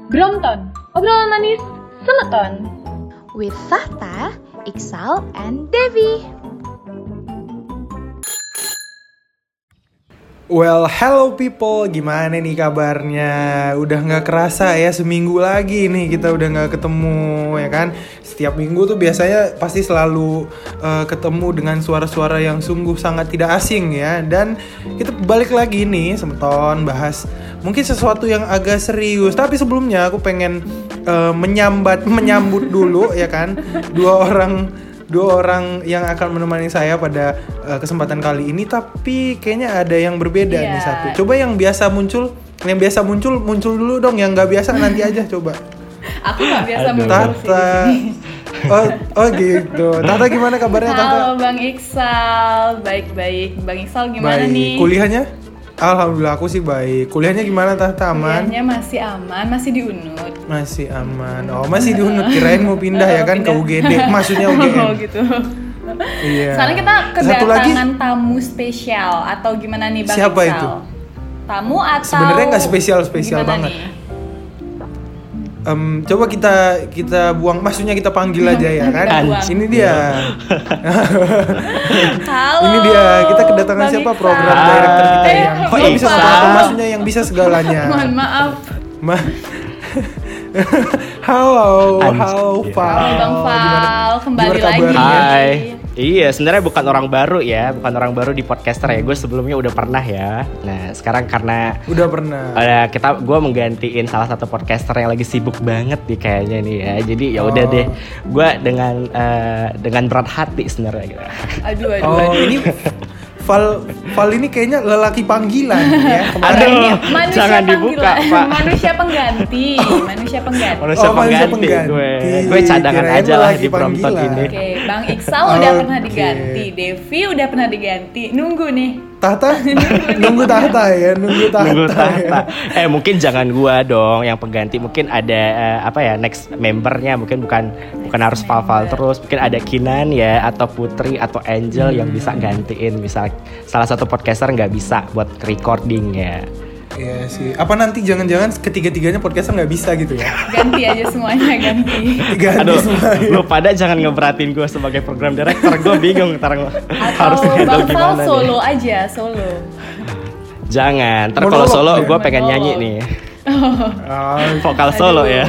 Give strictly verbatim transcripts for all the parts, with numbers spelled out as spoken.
Brompton, obrolan manis semeton. With Tahta, Iksal, and Devi. Well, hello people, gimana nih kabarnya? Udah gak kerasa ya, seminggu lagi nih kita udah gak ketemu, ya kan? Setiap minggu tuh biasanya pasti selalu uh, ketemu dengan suara-suara yang sungguh sangat tidak asing ya. Dan kita balik lagi nih, semeton bahas mungkin sesuatu yang agak serius. Tapi sebelumnya aku pengen uh, menyambat, menyambut dulu ya kan, dua orang Dua orang yang akan menemani saya pada uh, kesempatan kali ini. Tapi kayaknya ada yang berbeda yeah. nih satu. Coba yang biasa muncul, yang biasa muncul muncul dulu dong. Yang nggak biasa nanti aja coba. Aku nggak biasa muncul Tahta. Oh, oh gitu. Tahta gimana kabarnya Tahta? Halo Bang Iksal, baik-baik. Bang Iksal gimana baik. nih? Kuliahnya? Alhamdulillah aku sih baik. Kuliahnya gimana Tahta, aman? Kuliahnya masih aman, masih di U N U D. Masih aman. Oh, masih di U N U D. Kirain mau pindah ya kan, pindah. ke U G D. Maksudnya U G M. Oh gitu. Iya. Sekarang kita Satu lagi, kedatangan tamu spesial atau gimana nih Bang siapa Iksal? itu? Tamu atau Sebenarnya nggak spesial-spesial gimana banget. nih? Um, coba kita kita buang, maksudnya kita panggil aja ya kan. Buang. Ini dia. Halo. Ini dia. Kita kedatangan Bang siapa? Iksal. Program director kita Eh, yang kok yang bisa Iksal? sesuatu, maksudnya yang bisa segalanya. Mohon maaf. Ma- halo, Anj- halo Val. Halo Bang Val, kembali gimana lagi. kabarnya? Hai. Iya, sebenarnya bukan orang baru ya, bukan orang baru di podcaster ya. Gue sebelumnya udah pernah ya. Nah, sekarang karena Udah pernah. uh, kita, gue menggantiin salah satu podcaster yang lagi sibuk banget nih kayaknya nih ya. Jadi ya udah Oh. deh, gue dengan uh, dengan berat hati sebenarnya gitu. Aduh, aduh, Oh, aduh. ini Val, Val ini kayaknya lelaki panggilan ya. Kemarin. Aduh, Ini manusia jangan dibuka, panggilan. Pak. Manusia pengganti, manusia pengganti. Manusia Oh, manusia pengganti, pengganti. gue. Gue cadangan Kirain aja lah lagi di Brompton panggilan. ini. Oke, Bang Iksal udah Oke. pernah diganti, Devi udah pernah diganti. Nunggu nih. Tahta? Nunggu Tahta ya, nunggu Tahta. Nunggu ya. tahta. Eh mungkin jangan gua dong yang pengganti. Mungkin ada uh, apa ya next membernya. Mungkin bukan bukan harus Val-Val terus. Mungkin ada Kinan ya, atau Putri atau Angel yang bisa gantiin. Misal salah satu podcaster nggak bisa buat recording ya. Iya sih. Apa nanti jangan-jangan ketiga-tiganya podcaster nggak bisa gitu ya? Ganti aja semuanya, ganti. Ganti Aduh, semuanya. lu pada jangan ngeberatin gue sebagai program director. Gue bingung ntar harus Atau handle Bang Val gimana solo nih. aja, solo. Jangan. Ntar kalau Monolog solo ya? gue pengen Monolog. nyanyi nih. Ah, Vokal solo Aduh. ya.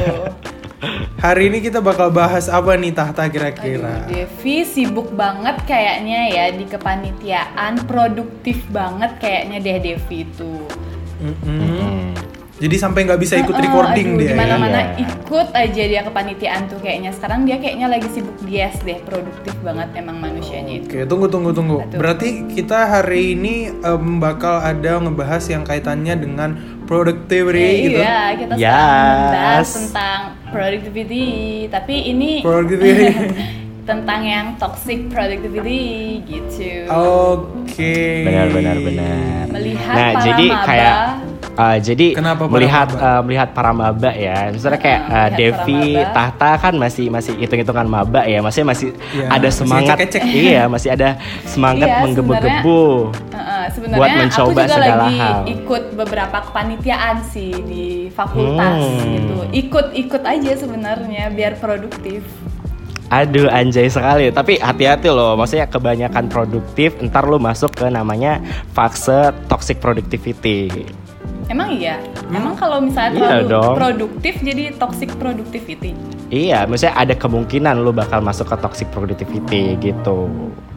hari ini kita bakal bahas apa nih Tahta Aduh, kira-kira? Devi sibuk banget kayaknya ya di kepanitiaan, produktif banget kayaknya deh Devi itu. Mm-mm. Jadi sampai nggak bisa ikut Heeh, recording aduh, dia. di Ya? mana-mana Iya. ikut aja dia kepanitiaan tuh kayaknya. Sekarang dia kayaknya lagi sibuk dies deh, produktif banget emang manusianya itu. Oke, tunggu tunggu tunggu. Betul. Berarti kita hari ini em, bakal ada ngebahas yang kaitannya dengan productivity Eh, gitu. Iya, kita Yes. sekarang membahas tentang productivity. Tapi ini Productivity. tentang yang toxic productivity gitu. Oke. Benar benar benar. Melihat Nah, para jadi maba. kayak uh, jadi Kenapa para melihat maba? uh, melihat para maba ya. Misalnya kayak Ah, uh, melihat Devi, para maba. Tahta kan masih masih hitung-hitungan maba ya. Maksudnya masih Ya, ada masih semangat. ecek-ecek. Iya, masih ada semangat Iya, menggebu-gebu. Uh, sebenarnya buat mencoba aku juga segala lagi hal. ikut beberapa kepanitiaan sih di fakultas Hmm. gitu. Ikut-ikut aja sebenarnya biar produktif. Aduh anjay sekali. Tapi hati-hati loh. Maksudnya kebanyakan produktif, ntar lu masuk ke namanya fase toxic productivity. Emang iya? Hmm? Emang kalau misalnya Iya terlalu dong. produktif jadi toxic productivity? Iya, maksudnya ada kemungkinan lu bakal masuk ke toxic productivity gitu.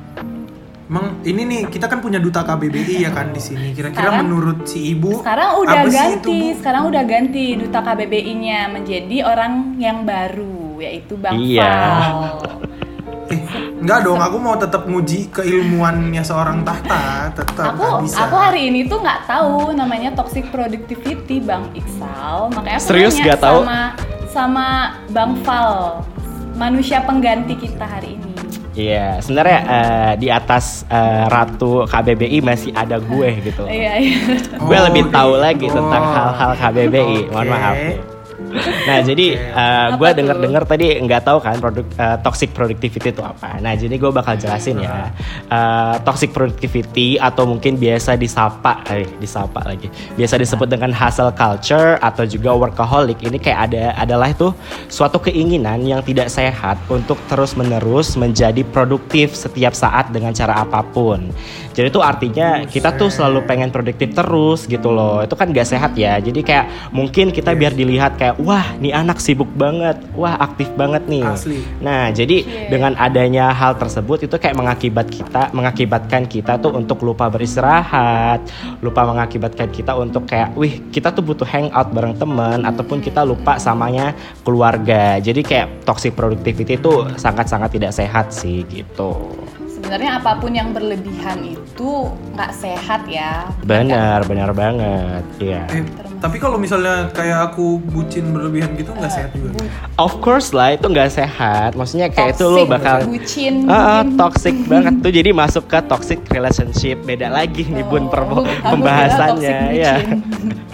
Emang ini nih kita kan punya duta K B B I ya kan di sini. Kira-kira Sekarang- menurut si ibu Sekarang udah apa sih ganti, itu, Bu? sekarang udah ganti duta K B B I-nya menjadi orang yang baru yaitu Bang Iya. Val. Eh, enggak dong, aku mau tetap nguji keilmuannya seorang Tahta, tetap Aku nggak bisa. aku hari ini tuh nggak tahu namanya toxic productivity Bang Iksal, makanya aku Serius nanya nggak tahu? sama sama Bang Val, manusia pengganti kita hari ini. Iya, sebenarnya eh, di atas eh, Ratu K B B I masih ada gue gitu. Iya iya. Gue Oh, lebih tahu gitu. lagi tentang hal-hal K B B I. Mohon Oke. maaf. Nah jadi uh, gue Apa tuh? denger-dengar tadi nggak tahu kan produk uh, toxic productivity itu apa. Nah jadi gue bakal jelasin ya. Uh, toxic productivity atau mungkin biasa disapa, eh disapa lagi, biasa disebut dengan hustle culture atau juga workaholic. Ini kayak ada adalah itu suatu keinginan yang tidak sehat untuk terus-menerus menjadi produktif setiap saat dengan cara apapun. Jadi itu artinya kita tuh selalu pengen produktif terus gitu loh. Itu kan gak sehat ya. Jadi kayak mungkin kita biar dilihat kayak wah nih anak sibuk banget, wah aktif banget nih. Asli. Nah jadi dengan adanya hal tersebut itu kayak mengakibat kita, mengakibatkan kita tuh untuk lupa beristirahat, lupa mengakibatkan kita untuk kayak wih kita tuh butuh hangout bareng teman ataupun kita lupa samanya keluarga. Jadi kayak toxic productivity itu sangat-sangat tidak sehat sih gitu. Sebenarnya apapun yang berlebihan itu nggak sehat ya. Benar, benar banget. Iya. Eh, tapi kalau misalnya kayak aku bucin berlebihan gitu nggak sehat juga. Of course lah itu nggak sehat. Maksudnya kayak itu lo Toxic, bakal bucin, Ah, ah, mungkin. toxic banget tuh. Jadi masuk ke toxic relationship. Beda lagi nih bun Oh, perbo- aku kira pembahasannya toxic ya. bucin.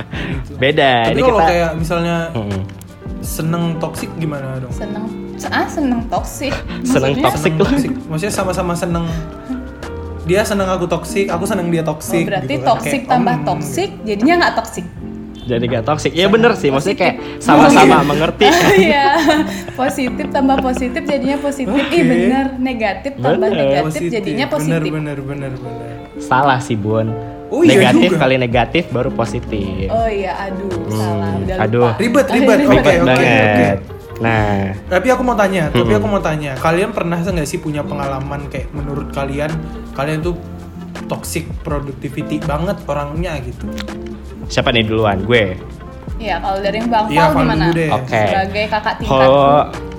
Beda. Tapi Ini kalau kita kayak misalnya Mm-mm. seneng toksik gimana dong? Seneng, ah seneng toksik. Seneng Maksudnya? toksik. Seneng toksik. Maksudnya sama-sama seneng. Dia seneng aku toksik, aku seneng dia Oh, toksik. berarti gitu kan. toksik Kayak, tambah hmm, toksik, jadinya nggak toksik. Jadi gak toxic. Ya bener sih. Maksudnya kayak Oh, sama-sama iya. mengerti. Iya, positif tambah positif jadinya positif. Ih Oke. bener, negatif tambah Bener. negatif positif. jadinya positif. Bener, bener, bener, bener. Salah sih bun. Oh, iya Negatif juga. kali negatif baru positif. Oh iya, aduh, salah, udah lupa. aduh. Ribet, ribet. Ribet. Oke, Ribet oke, banget. oke. Nah, Tapi aku mau tanya, tapi Mm-mm. aku mau tanya, kalian pernah nggak sih punya pengalaman kayak menurut kalian, kalian tuh toxic productivity banget orangnya gitu? siapa nih duluan? Gue. Iya, kalau dari Bang Iya, Fal Fal gimana? dulu deh. Oke. Sebagai kakak tingkat. Kalau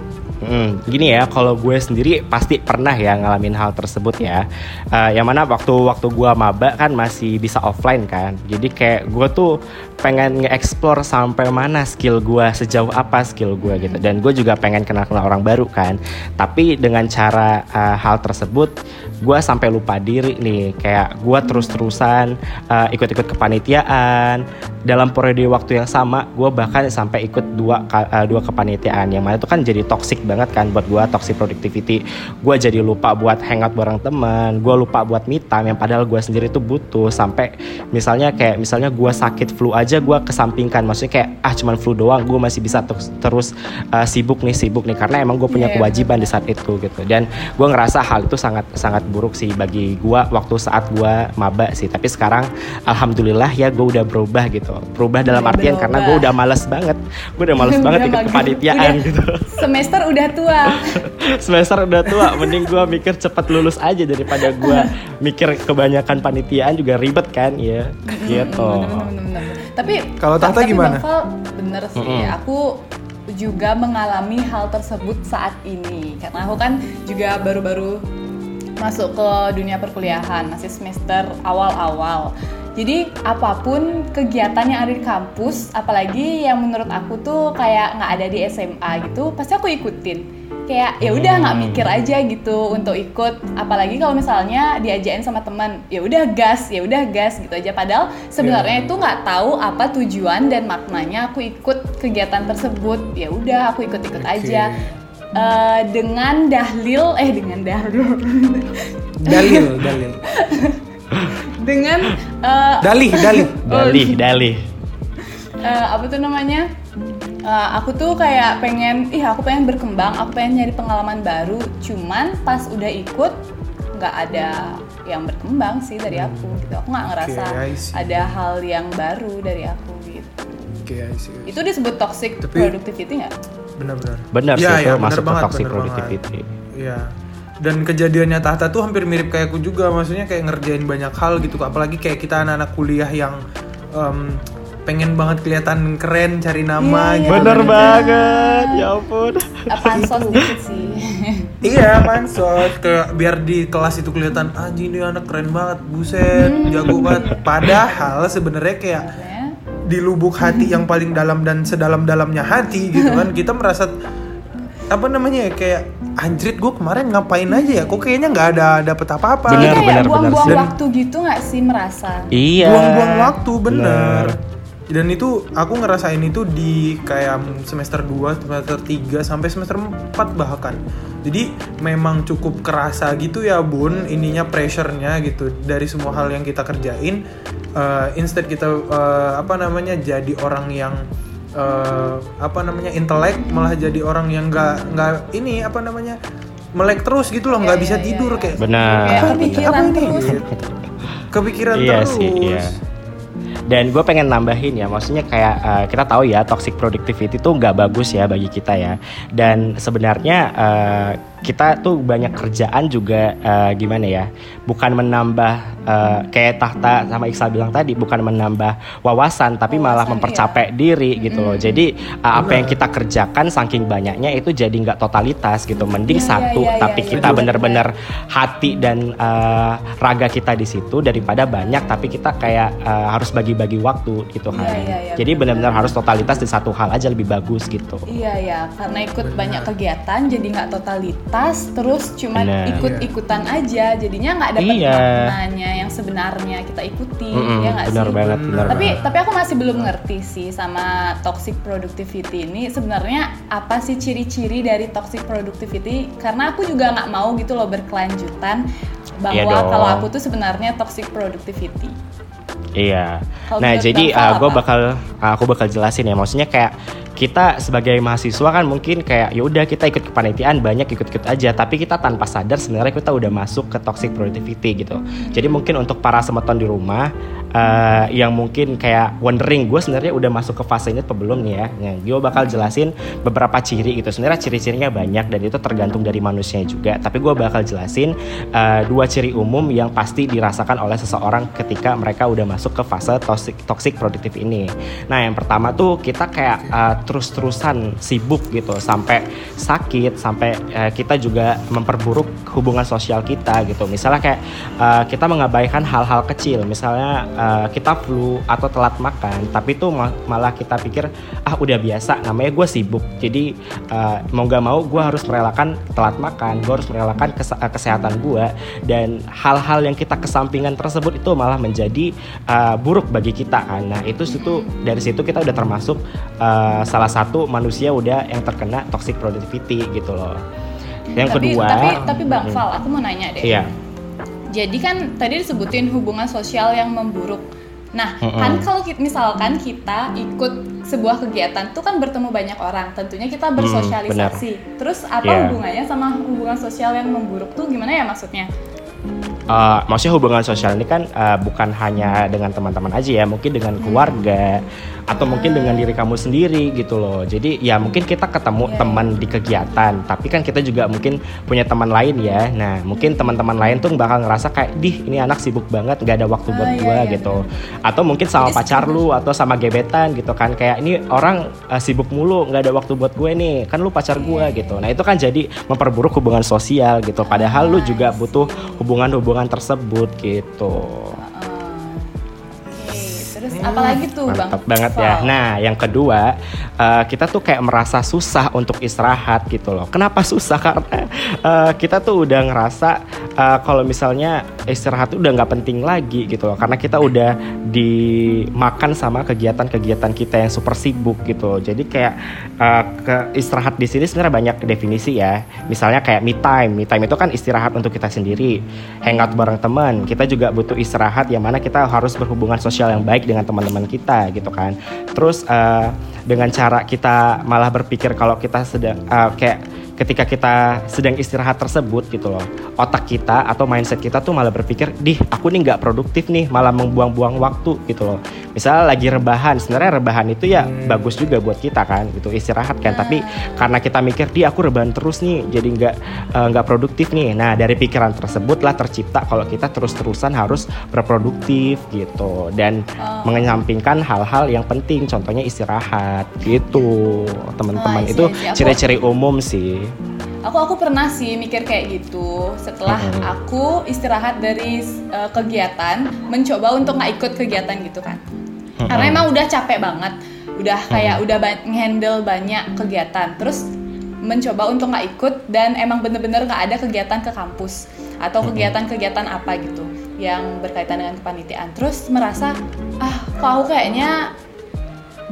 hmm, gini ya, kalau gue sendiri pasti pernah ya ngalamin hal tersebut ya. Uh, yang mana waktu waktu gue maba kan masih bisa offline kan. Jadi kayak gue tuh pengen nge-explore sampai mana skill gue, sejauh apa skill gue gitu. Dan gue juga pengen kenal-kenal orang baru kan. Tapi dengan cara uh, hal tersebut, gue sampai lupa diri nih. Kayak gue terus-terusan uh, ikut-ikut kepanitiaan. Dalam periode waktu yang sama, gue bahkan sampai ikut dua uh, dua kepanitiaan. Yang mana itu kan jadi toxic banget kan buat gue, toxic productivity. Gue jadi lupa buat hangout bareng teman. Gue lupa buat me time. Yang padahal gue sendiri tuh butuh. Sampai misalnya kayak misalnya gue sakit flu aja gue kesampingkan, maksudnya kayak ah cuman flu doang, gue masih bisa terus, terus uh, sibuk nih sibuk nih karena emang gue punya Yeah, kewajiban di saat itu gitu. Dan gue ngerasa hal itu sangat sangat buruk sih bagi gue waktu saat gue maba sih. Tapi sekarang alhamdulillah ya gue udah berubah gitu, berubah dalam Udah artian karena gue berubah. udah males banget, gue udah males banget Udah ikut mager. kepanitiaan Udah- gitu. Semester udah tua. Semester udah tua, mending gue mikir cepet lulus aja daripada gue mikir kebanyakan panitiaan juga ribet kan ya gitu. Bener, bener, bener. Tapi Kalau Tata tapi gimana? Bang Fal, bener sih. Mm-mm. Aku juga mengalami hal tersebut saat ini karena aku kan juga baru-baru masuk ke dunia perkuliahan, masih semester awal-awal. Jadi apapun kegiatan yang ada di kampus, apalagi yang menurut aku tuh kayak nggak ada di S M A gitu, pasti aku ikutin. Kayak ya udah nggak mikir aja gitu untuk ikut, apalagi kalau misalnya diajakin sama teman, ya udah gas, ya udah gas gitu aja. Padahal sebenarnya itu nggak tahu apa tujuan dan maknanya aku ikut kegiatan tersebut. Ya udah aku ikut-ikut Oke. aja. Eh, dengan dahlil, eh dengan dahlil, Dalil, dalil. dengan eh, Dalih, dalih. Dalih, dalih. eh, apa tuh namanya? Eh, aku tuh kayak pengen, ih aku pengen berkembang, aku pengen nyari pengalaman baru. Cuman pas udah ikut nggak ada yang berkembang sih dari aku gitu. Aku nggak ngerasa I see. ada hal yang baru dari aku gitu. Oke, I see. Itu disebut toxic Tapi- productivity nggak? Benar-benar. Benar Ya, sih ya, itu benar masuk ke banget, toxic benar productivity. Iya. Dan kejadiannya Tahta tuh hampir mirip kayak aku juga, maksudnya kayak ngerjain banyak hal gitu, apalagi kayak kita anak-anak kuliah yang em, pengen banget kelihatan keren, cari nama Iya, iya, gitu. Bener bener. banget, ya ampun. Pansos dikit sih. Iya, pansos kayak biar di kelas itu kelihatan anjing ini anak keren banget, buset, jago banget. Padahal sebenarnya kayak Sebenarnya, di lubuk hati yang paling dalam dan sedalam-dalamnya hati gitu kan, kita merasa apa namanya ya, kayak anjrit gue kemarin ngapain aja ya, kok kayaknya nggak ada dapet apa-apa. Bener, kayak bener, buang-buang bener. waktu gitu nggak sih merasa? Iya. Buang-buang waktu, bener. Dan itu aku ngerasain itu di kayak semester dua, semester tiga sampai semester empat bahkan. Jadi memang cukup kerasa gitu ya Bun, ininya pressure-nya gitu dari semua hal yang kita kerjain. Uh, instead kita uh, apa namanya jadi orang yang uh, apa namanya intelek, malah jadi orang yang nggak nggak ini apa namanya melek terus gitu loh, nggak ya, bisa ya, tidur ya. kayak Benar. Kayak kepikiran apa ini? terus. Kepikiran Iya terus. sih, iya. Dan gue pengen nambahin ya, maksudnya kayak uh, kita tahu ya toxic productivity itu nggak bagus ya bagi kita ya. Dan sebenarnya uh, kita tuh banyak kerjaan juga uh, gimana ya, bukan menambah uh, kayak Tahta sama Iksal bilang tadi, bukan menambah wawasan tapi malah Wawasan, mempercapek iya. diri gitu loh. Mm. Jadi uh, apa yang kita kerjakan saking banyaknya itu jadi nggak totalitas gitu. Mending Iya, satu iya, iya, tapi iya, kita betul. bener-bener hati dan uh, raga kita di situ, daripada banyak tapi kita kayak uh, harus bagi-bagi waktu gitu kan. Iya, iya, iya, Jadi benar. benar-benar harus totalitas di satu hal aja lebih bagus gitu. Iya ya, karena ikut Benar. banyak kegiatan jadi nggak totalitas, terus cuma Benar. ikut-ikutan aja, jadinya nggak dapet Iya. maknanya yang sebenarnya kita ikuti, Mm-mm, ya nggak sih? benar banget, benar Tapi banget. tapi aku masih belum ngerti sih sama toxic productivity ini sebenarnya apa sih ciri-ciri dari toxic productivity? Karena aku juga nggak mau gitu loh berkelanjutan bahwa Iya dong. kalau aku tuh sebenarnya toxic productivity. Iya. Kalau Nah, menurut jadi Bang Fal gue apa? bakal uh, aku bakal jelasin ya. Maksudnya kayak kita sebagai mahasiswa kan mungkin kayak ya udah kita ikut kepanitiaan banyak ikut-ikut aja, tapi kita tanpa sadar sebenarnya kita udah masuk ke toxic productivity gitu. Jadi mungkin untuk para semeton di rumah uh, yang mungkin kayak wondering gue sebenarnya udah masuk ke fase ini atau belum nih ya. Nah, gue bakal jelasin beberapa ciri gitu. Sebenarnya ciri-cirinya banyak dan itu tergantung dari manusianya juga. Tapi gue bakal jelasin uh, dua ciri umum yang pasti dirasakan oleh seseorang ketika mereka udah masuk ke fase toxic toxic productive ini. Nah, yang pertama tuh kita kayak uh, terus-terusan sibuk gitu sampai sakit, sampai uh, kita juga memperburuk hubungan sosial kita gitu. Misalnya kayak uh, kita mengabaikan hal-hal kecil, misalnya uh, kita flu atau telat makan, tapi itu ma- malah kita pikir ah udah biasa, namanya gue sibuk. Jadi uh, mau gak mau gue harus merelakan telat makan, gue harus merelakan kes- uh, kesehatan gue, dan hal-hal yang kita kesampingan tersebut itu malah menjadi uh, buruk bagi kita kan. Nah itu situ dari situ kita udah termasuk uh, salah satu manusia udah yang terkena toxic productivity gitu loh. Yang tapi, kedua, tapi tapi Bang hmm, Fal, aku mau nanya deh. iya. Jadi kan tadi disebutin hubungan sosial yang memburuk. Nah, Mm-mm. kan kalau ki- misalkan kita ikut sebuah kegiatan tuh kan bertemu banyak orang, tentunya kita bersosialisasi. Terus apa Yeah. hubungannya sama hubungan sosial yang memburuk tuh gimana ya maksudnya? Uh, maksudnya hubungan sosial ini kan uh, bukan hanya dengan teman-teman aja ya, mungkin dengan keluarga atau mungkin dengan diri kamu sendiri gitu loh. Jadi ya mungkin kita ketemu Iya, teman di kegiatan, tapi kan kita juga mungkin punya teman lain ya. Nah mungkin teman-teman lain tuh bakal ngerasa kayak, dih ini anak sibuk banget, nggak ada waktu Ah, buat iya, gua iya, gitu. Atau mungkin sama Jadi pacar lu atau sama gebetan gitu kan, kayak ini orang uh, sibuk mulu, nggak ada waktu buat gue nih, kan lu pacar gua gitu. Nah itu kan jadi memperburuk hubungan sosial gitu. Padahal lu juga butuh hubungan-hubungan tersebut gitu. Uh, Oke, terus apa lagi tuh Bang? Mantap banget ya. Fal? Nah, yang kedua, uh, kita tuh kayak merasa susah untuk istirahat gitu loh. Kenapa susah? Karena uh, kita tuh udah ngerasa uh, kalau misalnya istirahat tuh udah nggak penting lagi gitu loh. Karena kita udah dimakan sama kegiatan-kegiatan kita yang super sibuk gitu. Jadi kayak uh, ke istirahat di sini sebenarnya banyak definisi ya. Misalnya kayak me time. Me time itu kan istirahat untuk kita sendiri. Hangout bareng teman. Kita juga butuh istirahat yang mana kita harus berhubungan sosial yang baik dengan teman-teman kita gitu kan. Terus uh, dengan cara kita malah berpikir kalau kita sedang uh, kayak ketika kita sedang istirahat tersebut gitu loh, otak kita atau mindset kita tuh malah berpikir, dih aku nih nggak produktif nih, malah membuang-buang waktu gitu loh. Misalnya lagi rebahan, sebenarnya rebahan itu ya hmm. bagus juga buat kita kan, gitu istirahat kan. Tapi karena kita mikir, di aku rebahan terus nih, jadi nggak uh, nggak produktif nih. Nah dari pikiran tersebut lah tercipta kalau kita terus-terusan harus berproduktif gitu, dan Oh. menyampingkan hal-hal yang penting, contohnya istirahat gitu, teman-teman. Oh, I see, Itu I see. Aku- ciri-ciri umum sih. Aku aku pernah sih mikir kayak gitu setelah Mm-hmm. aku istirahat dari uh, kegiatan, mencoba untuk nggak ikut kegiatan gitu kan. Mm-hmm. Karena emang udah capek banget, udah kayak udah ba- ngehandle banyak kegiatan, terus mencoba untuk nggak ikut dan emang bener-bener nggak ada kegiatan ke kampus atau kegiatan-kegiatan apa gitu yang berkaitan dengan kepanitiaan. Terus merasa ah kok aku kayaknya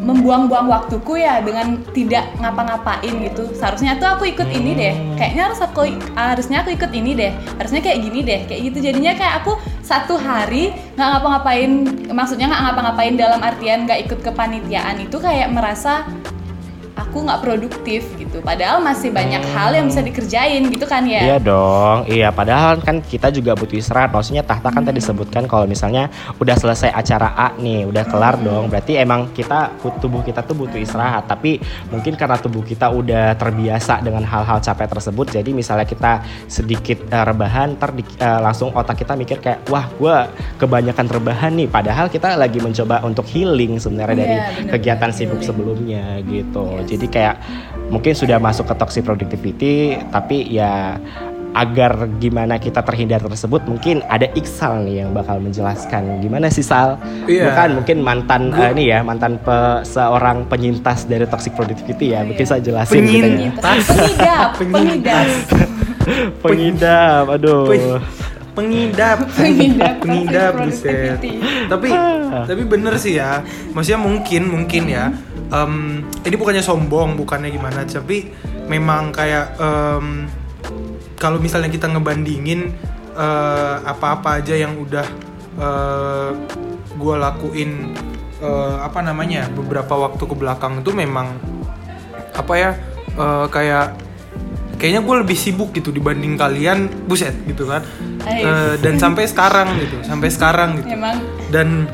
membuang-buang waktuku ya dengan tidak ngapa-ngapain gitu. Seharusnya tuh aku ikut ini deh. Kayaknya harus aku harusnya aku ikut ini deh. Harusnya kayak gini deh, kayak gitu. Jadinya kayak aku satu hari nggak ngapa-ngapain. Maksudnya nggak ngapa-ngapain dalam artian nggak ikut kepanitiaan itu kayak merasa aku nggak produktif gitu. Padahal masih banyak hmm. hal yang bisa dikerjain gitu kan ya. Iya dong, iya. Padahal kan kita juga butuh istirahat. Maksudnya Tahta kan tadi disebutkan kalau misalnya udah selesai acara A nih, udah kelar hmm. dong. Berarti emang kita, tubuh kita tuh butuh istirahat. Tapi mungkin karena tubuh kita udah terbiasa dengan hal-hal capek tersebut, jadi misalnya kita sedikit uh, rebahan, ntar di, uh, langsung otak kita mikir kayak, wah gue kebanyakan rebahan nih. Padahal kita lagi mencoba untuk healing sebenarnya yeah, dari bener, kegiatan bener, sibuk healing. Sebelumnya gitu. Yes. Jadi kayak mungkin sudah masuk ke toxic productivity, tapi ya agar gimana kita terhindar tersebut, mungkin ada Iksal nih yang bakal menjelaskan gimana sih Sal. Yeah. Bukan mungkin mantan uh, ini ya mantan pe, seorang penyintas dari toxic productivity ya. Mungkin saya jelasin penyintas, pengidap, pengidap, pengidap, aduh. Pengidap, pengidap, pengidap, buset. Tapi, tapi bener sih ya. Maksudnya mungkin, mungkin ya. Um, ini bukannya sombong, bukannya gimana, tapi memang kayak um, kalau misalnya kita ngebandingin uh, apa-apa aja yang udah uh, gue lakuin uh, apa namanya beberapa waktu ke belakang itu memang apa ya uh, kayak kayaknya gue lebih sibuk gitu dibanding kalian, buset gitu kan. Uh, dan sampai sekarang gitu, sampai sekarang gitu. Emang. Dan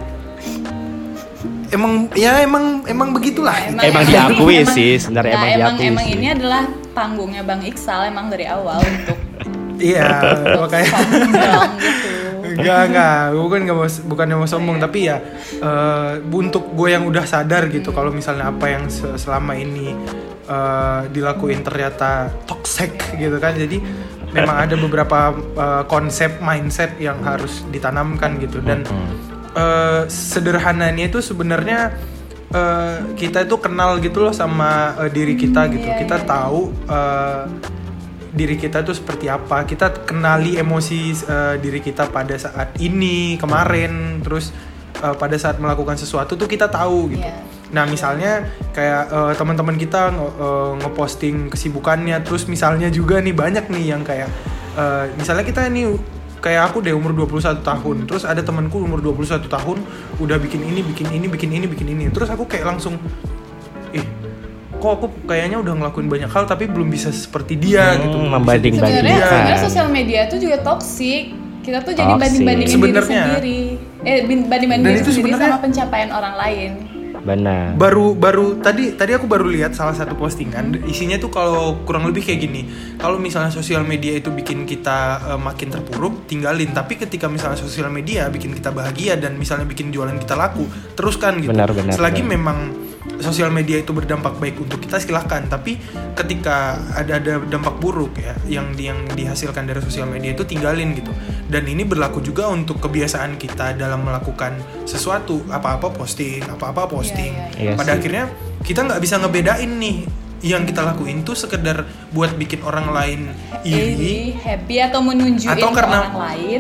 emang ya emang emang begitulah. Emang, emang diakui emang, sih sebenarnya nah, emang, emang diakui. Emang sih. Ini adalah panggungnya Bang Iksal emang dari awal untuk. Iya, makanya. Gitu. Enggak enggak, bukan enggak mau bukannya mau sombong, oh, tapi ya uh, untuk gue yang udah sadar gitu hmm. kalau misalnya apa yang selama ini uh, dilakuin ternyata toxic gitu kan. Jadi memang ada beberapa uh, konsep mindset yang harus ditanamkan gitu dan hmm. Uh, sederhananya itu sebenarnya uh, kita itu kenal gitu loh sama uh, diri kita gitu. Kita tahu uh, diri kita itu seperti apa. Kita kenali emosi uh, diri kita pada saat ini, kemarin, terus uh, pada saat melakukan sesuatu tuh kita tahu gitu. Yeah. Nah misalnya kayak uh, teman-teman kita uh, ngeposting kesibukannya, terus misalnya juga nih banyak nih yang kayak uh, misalnya kita nih kayak aku deh umur dua puluh satu tahun, terus ada temanku umur dua puluh satu tahun udah bikin ini, bikin ini, bikin ini, bikin ini. Terus aku kayak langsung ih, kok aku kayaknya udah ngelakuin banyak hal tapi belum bisa seperti dia hmm, gitu. Membanding-bandingkan. Sebenarnya sebenarnya sosial media tuh juga toksik. Kita tuh jadi banding-bandingin diri sendiri. Eh banding-bandingin diri sendiri sama pencapaian orang lain. Benar. Baru baru tadi tadi aku baru lihat salah satu postingan, isinya tuh kalau kurang lebih kayak gini. Kalau misalnya sosial media itu bikin kita uh, makin terpuruk, tinggalin. Tapi ketika misalnya sosial media bikin kita bahagia dan misalnya bikin jualan kita laku, teruskan gitu. Benar, benar, Selagi benar. memang sosial media itu berdampak baik untuk kita, silahkan. Tapi ketika ada ada dampak buruk ya yang yang dihasilkan dari sosial media itu, tinggalin gitu. Dan ini berlaku juga untuk kebiasaan kita dalam melakukan sesuatu, apa-apa posting, apa-apa posting. Yeah, yeah, yeah. Pada yes, akhirnya kita nggak bisa ngebedain nih yang kita lakuin tuh sekedar buat bikin orang lain iri, happy atau menunjukin atau karena, ke orang lain.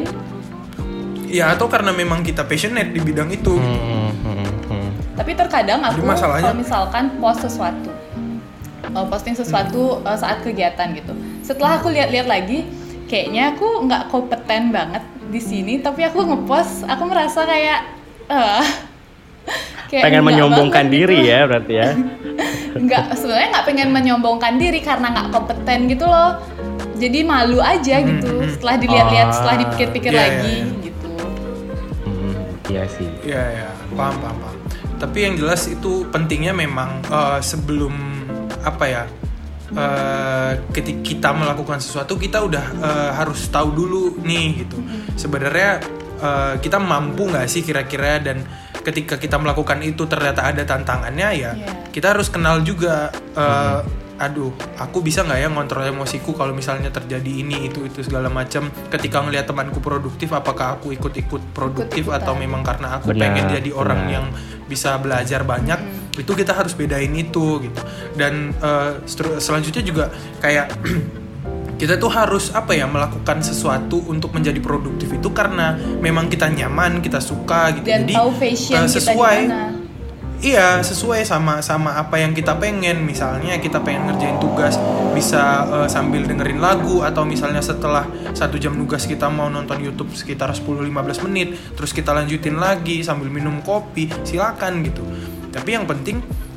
Ya atau karena memang kita passionate di bidang itu. Hmm, gitu. hmm, hmm. Tapi terkadang aku kalau misalkan post sesuatu, posting sesuatu uh, saat kegiatan gitu. Setelah aku lihat-lihat lagi, kayaknya aku nggak kompeten banget di sini. Tapi aku ngepost, aku merasa kayak, uh, kayak pengen menyombongkan diri gitu. Ya berarti ya. Nggak, sebenarnya nggak pengen menyombongkan diri karena nggak kompeten gitu loh. Jadi malu aja gitu. Setelah dilihat-lihat, oh, setelah dipikir-pikir yeah, lagi yeah, yeah. gitu. Hmm, iya sih. Iya ya, paham paham paham. Tapi yang jelas itu pentingnya memang uh, sebelum apa ya, uh, ketika kita melakukan sesuatu kita udah uh, harus tahu dulu nih gitu. Sebenarnya uh, kita mampu nggak sih kira-kira, dan ketika kita melakukan itu ternyata ada tantangannya ya, yeah. kita harus kenal juga. Uh, aduh, aku bisa nggak ya ngontrol emosiku kalau misalnya terjadi ini itu itu segala macam. Ketika ngelihat temanku produktif, apakah aku ikut-ikut produktif ikut atau memang karena aku benar, pengen jadi orang benar. yang bisa belajar banyak. hmm. Itu kita harus bedain itu gitu. Dan uh, selanjutnya juga kayak kita tuh harus apa ya, melakukan sesuatu untuk menjadi produktif itu karena memang kita nyaman, kita suka gitu. Dan jadi tahu fashion uh, sesuai kita gimana. iya sesuai sama sama apa yang kita pengen. Misalnya kita pengen ngerjain tugas bisa uh, sambil dengerin lagu, atau misalnya setelah satu jam tugas kita mau nonton YouTube sekitar sepuluh sampai lima belas menit, terus kita lanjutin lagi sambil minum kopi, silakan gitu. Tapi yang penting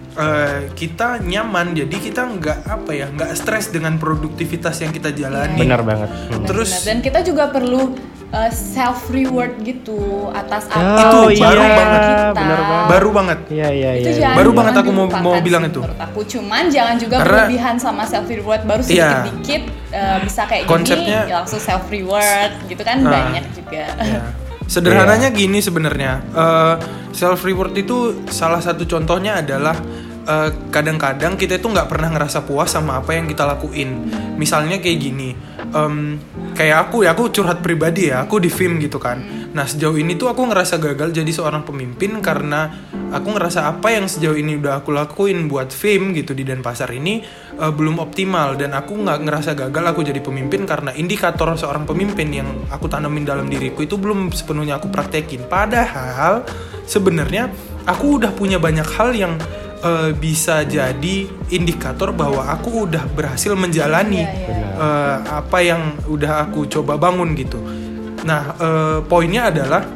uh, kita nyaman, jadi kita nggak apa ya nggak stres dengan produktivitas yang kita jalani. Benar banget. Hmm. Terus Benar. Dan kita juga perlu uh, self reward gitu atas apa Oh, itu iya, baru banget. kita. benar banget. Baru banget. Iya iya Itu iya. jangan, Baru jangan banget aku mau- dilupakan mau bilang sih itu. menurut aku. Cuman jangan juga Karena- berlebihan sama self reward, baru Iya. sedikit-dikit uh, bisa kayak Konsepnya- gini ya langsung self reward gitu kan Ah. banyak juga. Ya. Sederhananya gini sebenarnya, uh, self reward itu salah satu contohnya adalah uh, kadang-kadang kita itu nggak pernah ngerasa puas sama apa yang kita lakuin. Misalnya kayak gini, um, kayak aku ya aku curhat pribadi ya, aku di F I M gitu kan. Nah sejauh ini tuh aku ngerasa gagal jadi seorang pemimpin karena aku ngerasa apa yang sejauh ini udah aku lakuin buat F I M gitu di Denpasar ini uh, belum optimal, dan aku nggak ngerasa gagal aku jadi pemimpin karena indikator seorang pemimpin yang aku tanamin dalam diriku itu belum sepenuhnya aku praktekin. Padahal sebenarnya aku udah punya banyak hal yang uh, bisa jadi indikator bahwa aku udah berhasil menjalani Iya, iya. uh, apa yang udah aku coba bangun gitu. Nah uh, poinnya adalah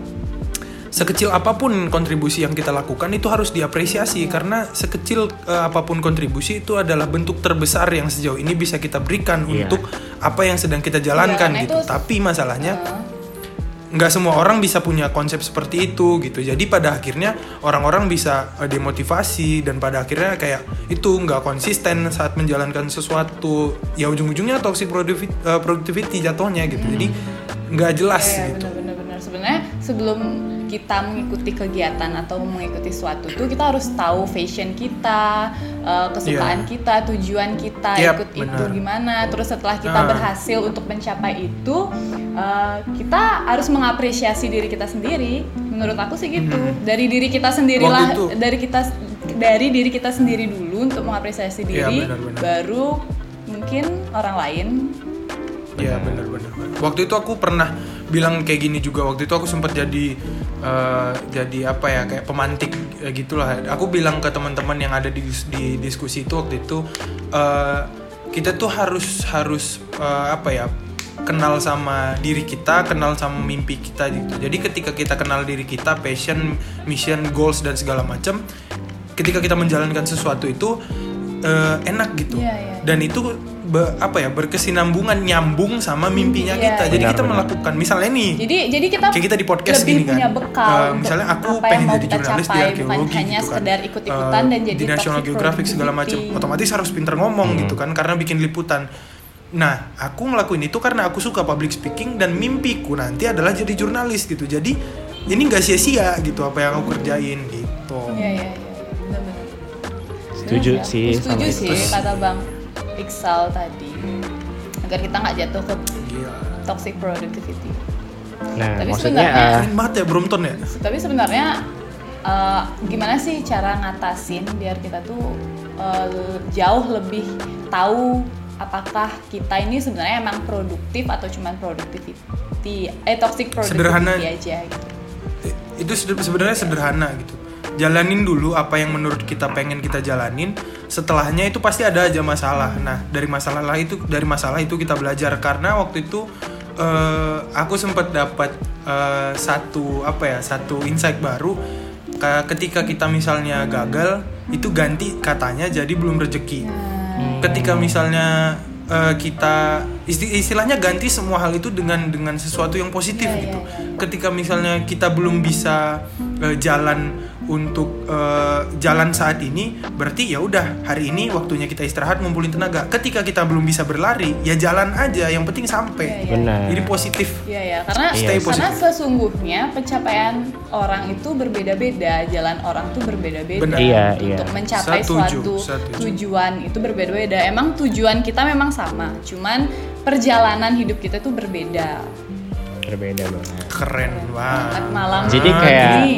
sekecil apapun kontribusi yang kita lakukan itu harus diapresiasi, karena sekecil uh, apapun kontribusi itu adalah bentuk terbesar yang sejauh ini bisa kita berikan Iya. untuk apa yang sedang kita jalankan Iya, gitu. itu- Tapi masalahnya Uh, nggak semua orang bisa punya konsep seperti itu gitu. Jadi pada akhirnya orang-orang bisa uh, demotivasi, dan pada akhirnya kayak itu nggak konsisten saat menjalankan sesuatu. Ya ujung-ujungnya toxic productivity, uh, productivity jatuhnya gitu. Jadi nggak jelas Iya, gitu. benar-benar. Sebenarnya sebelum kita mengikuti kegiatan atau mengikuti suatu tuh kita harus tahu fashion kita, uh, kesukaan Iya. kita, tujuan kita Yap, ikut itu benar. gimana. Terus setelah kita Ah. berhasil untuk mencapai itu, uh, kita harus mengapresiasi diri kita sendiri. Menurut aku sih gitu. Mhm. Dari diri kita sendirilah, Waktu itu. dari kita dari diri kita sendiri dulu untuk mengapresiasi Iya, diri, benar-benar. baru mungkin orang lain. Iya benar-benar. Waktu itu aku pernah bilang kayak gini juga. Waktu itu aku sempat jadi uh, jadi apa ya kayak pemantik ya gitulah. Aku bilang ke teman-teman yang ada di, di diskusi itu waktu itu uh, kita tuh harus harus uh, apa ya kenal sama diri kita, kenal sama mimpi kita gitu. Jadi ketika kita kenal diri kita, passion, mission, goals dan segala macam, ketika kita menjalankan sesuatu itu uh, enak gitu. Iya, iya. Dan itu be- apa ya berkesinambungan, nyambung sama mimpinya Iya, kita. iya. Jadi Benar, kita benar. melakukan misalnya nih Jadi jadi kita kayak kita di podcast lebih gini kan. punya bekal Eh, untuk misalnya aku apa yang pengen mau jadi kita jurnalis di capai, arkeologi bukan hanya gitu kan. sekedar ikut-ikutan Eh, dan jadi di National toxic Geographic segala macam, productivity. otomatis harus pinter ngomong Hmm. gitu kan karena bikin liputan. Nah, aku ngelakuin itu karena aku suka public speaking dan mimpiku nanti adalah jadi jurnalis gitu. Jadi ini gak sia-sia gitu apa yang aku kerjain gitu. Iya iya iya, benar-benar. Setuju Benar, sih aku sama Setuju itu. sih kata Bang Iksal tadi. Agar kita nggak jatuh ke Gila. toxic productivity. Nah, Tapi maksudnya sebenarnya- eh, Keren banget ya Brompton ya. Tapi sebenarnya eh, gimana sih cara ngatasin biar kita tuh eh, jauh lebih tahu apakah kita ini sebenarnya emang produktif atau cuman productivity eh toxic productivity Sederhana. aja gitu. Itu seder- sebenarnya sederhana gitu. Jalanin dulu apa yang menurut kita pengen kita jalanin. Setelahnya itu pasti ada aja masalah. Nah dari masalah lah itu dari masalah itu kita belajar, karena waktu itu eh, aku sempat dapat eh, satu apa ya satu insight baru. Ka- Ketika kita misalnya gagal itu ganti katanya jadi belum rezeki. Ketika misalnya eh, kita isti- istilahnya ganti semua hal itu dengan dengan sesuatu yang positif Iya, gitu. iya, iya. Ketika misalnya kita belum bisa eh, jalan untuk eh, jalan saat ini, berarti ya udah hari ini waktunya kita istirahat ngumpulin tenaga. Ketika kita belum bisa berlari, ya jalan aja, yang penting sampai. Iya, iya. benar. Jadi positif. Iya ya, karena Stay karena positive. sesungguhnya pencapaian orang itu berbeda-beda, jalan orang tuh berbeda-beda. Benar. Iya, untuk iya. mencapai Setuju, suatu setuju. tujuan itu berbeda-beda. Emang tujuan kita memang sama, cuman perjalanan hidup kita tuh berbeda. berbeda banget. Keren banget. Malam Jadi kayak ini.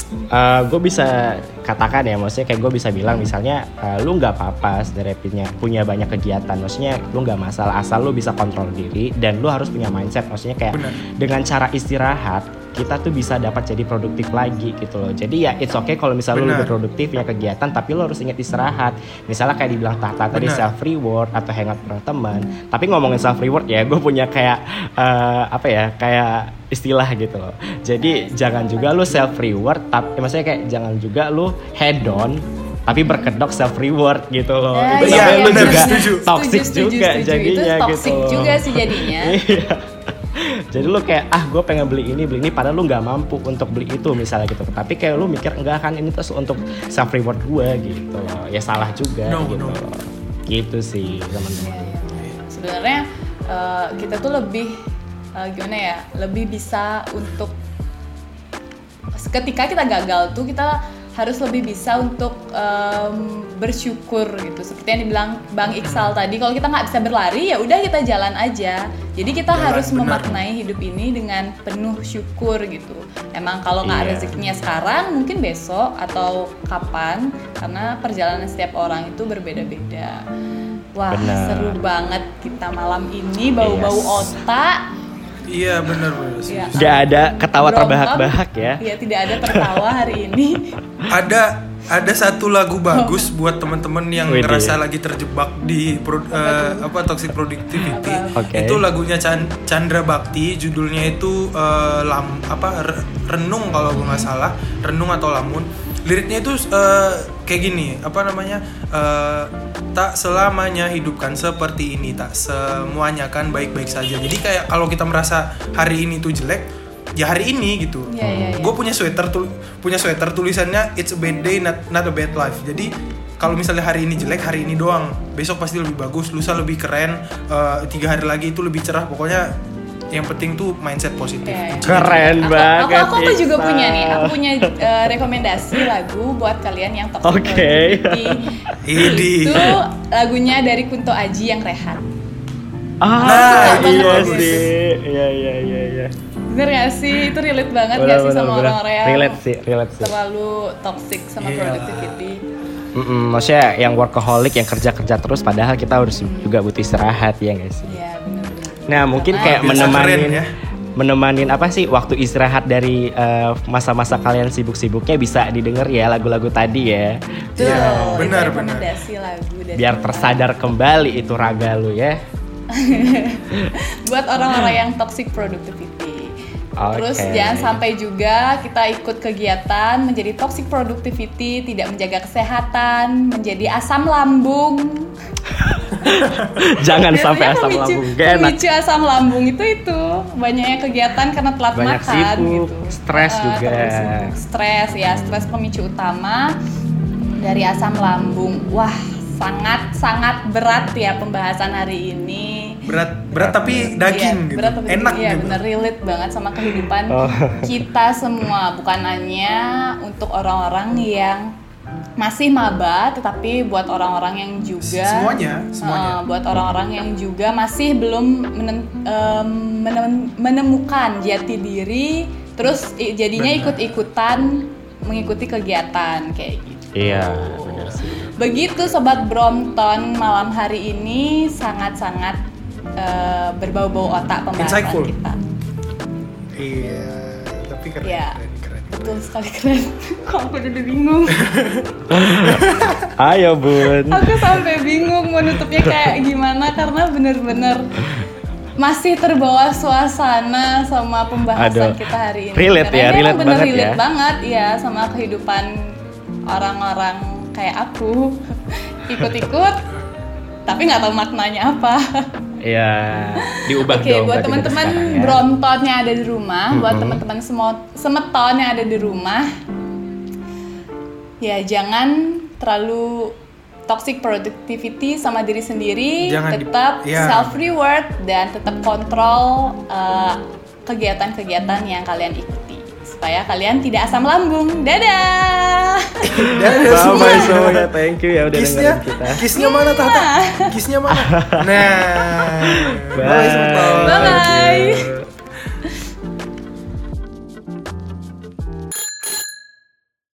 gue bisa katakan ya, maksudnya kayak gue bisa bilang misalnya eh, lu nggak apa-apa sebenarnya punya punya banyak kegiatan, maksudnya lu nggak masalah asal lu bisa kontrol diri dan lu harus punya mindset, maksudnya kayak Benar. dengan cara istirahat kita tuh bisa dapat jadi produktif lagi gitu loh. Jadi ya it's okay kalau misalnya lu lebih produktif ya kegiatan, tapi lu harus ingat istirahat. Misalnya kayak dibilang Tahta tadi self reward atau hangout bareng teman. Tapi ngomongin self reward ya, gue punya kayak uh, apa ya kayak istilah gitu loh. Jadi jangan juga lu self reward, tapi maksudnya kayak jangan juga lu head on tapi berkedok self reward gitu loh. Ya, itu iya, sampai iya, lu bener, juga setuju. toxic Setuju, juga setuju. jadinya itu gitu. Toxic juga sih jadinya. Iya. Jadi lu kayak ah gue pengen beli ini beli ini padahal lu nggak mampu untuk beli itu misalnya gitu. Tapi kayak lu mikir enggak kan ini terus untuk self reward gue gitu loh. Ya salah juga no, gitu. No. Gitu sih teman-teman. Ya, ya. Sebenarnya uh, kita tuh lebih uh, gimana ya? Lebih bisa untuk ketika kita gagal tuh kita harus lebih bisa untuk um, bersyukur gitu. Seperti yang dibilang Bang Iksal tadi, kalau kita nggak bisa berlari ya udah kita jalan aja. Jadi kita jalan, harus benar. Memaknai hidup ini dengan penuh syukur gitu. Emang kalau nggak yeah. rezekinya sekarang, mungkin besok atau kapan, karena perjalanan setiap orang itu berbeda-beda. Wah, benar. Seru banget kita malam ini bau-bau yes. otak. Iya benar benar. Ya, Gak ada ketawa terbahak-bahak ya. Iya tidak ada tertawa hari ini. Ada ada satu lagu bagus oh. buat teman-teman yang Wede. ngerasa lagi terjebak di pro, uh, apa toxic productivity. Okay. Itu lagunya Chan, Chandra Bakti, judulnya itu uh, lam apa renung kalau gue nggak salah, renung atau lamun. Liriknya itu uh, kayak gini, apa namanya? Uh, tak selamanya hidup kan seperti ini, tak semuanya kan baik-baik saja. Jadi kayak kalau kita merasa hari ini tuh jelek, ya hari ini gitu. Yeah, yeah, yeah. Gue punya sweater tul punya sweater tulisannya it's a bad day not not a bad life. Jadi kalau misalnya hari ini jelek, hari ini doang. Besok pasti lebih bagus, lusa lebih keren, uh, tiga hari lagi itu lebih cerah. Pokoknya yang penting tuh mindset positif. Yeah, yeah. Keren aku, banget. Aku, aku, aku juga punya nih. Aku punya uh, rekomendasi lagu buat kalian yang toxic okay. productivity. Itu lagunya dari Kunto Aji yang Rehat. Ah, nah, iya sih. Iya iya iya iya. Bener gak sih? Itu relate banget bener, gak sih bener, sama bener. orang-orang yang relate sih, relate sih. terlalu toxic sama yeah. productivity. Mm-mm, maksudnya yang workaholic, yang kerja-kerja terus padahal kita harus hmm. juga butuh istirahat ya gak sih? Iya benar-benar. Nah mungkin Karena kayak menemanin keren, ya? menemanin apa sih waktu istirahat dari uh, masa-masa kalian sibuk-sibuknya bisa didengar ya lagu-lagu tadi ya. Betul, ya, benar benar. Lagu dari biar tersadar kembali itu raga lu ya. Buat orang-orang yang toxic productivity. Okay. Terus jangan sampai juga kita ikut kegiatan menjadi toxic productivity, tidak menjaga kesehatan, menjadi asam lambung. Jangan sampai asam pemicu, lambung, gak enak. Pemicu asam lambung itu itu banyaknya kegiatan karena telat banyak makan sibuk, gitu. Stres uh, juga. Stres ya, stres pemicu utama dari asam lambung. Wah, sangat sangat berat ya pembahasan hari ini. Berat berat tapi daging iya, gitu. Berat tapi enak iya, gitu. Bener relate banget sama kehidupan oh. kita semua, bukan hanya untuk orang-orang yang masih maba, tetapi buat orang-orang yang juga semuanya, semuanya. Uh, buat orang-orang yang juga masih belum menen, um, menem, menemukan jati diri, terus jadinya bener. ikut-ikutan mengikuti kegiatan kayak gitu. Iya, benar sih. Begitu Sobat Brompton, malam hari ini sangat-sangat uh, berbau-bau otak pembahasan Insightful. kita. Iya, tapi keren, ya, keren, keren. Betul sekali keren. Kok aku udah bingung. Ayo Bun. Aku sampai bingung mau nutupnya kayak gimana karena bener-bener masih terbawa suasana sama pembahasan Aduh. kita hari ini. Relate ya, relate bener banget relate ya. banget ya sama kehidupan orang-orang kayak aku. Ikut-ikut tapi nggak tahu maknanya apa. Iya, diubah Oke, dong. buat teman-teman ya. Brompton yang ada di rumah, mm-hmm. buat teman-teman semeton yang ada di rumah, ya jangan terlalu toxic productivity sama diri sendiri, jangan tetap di, ya. self reward dan tetap kontrol uh, kegiatan-kegiatan yang kalian ikuti supaya kalian tidak asam lambung. Dadah. Dadah semua. Bye semuanya, thank you ya udah Kisnya, dengerin kita. Kisnya mana Tata? Kisnya mana? Nah. Bye. Bye. Bye.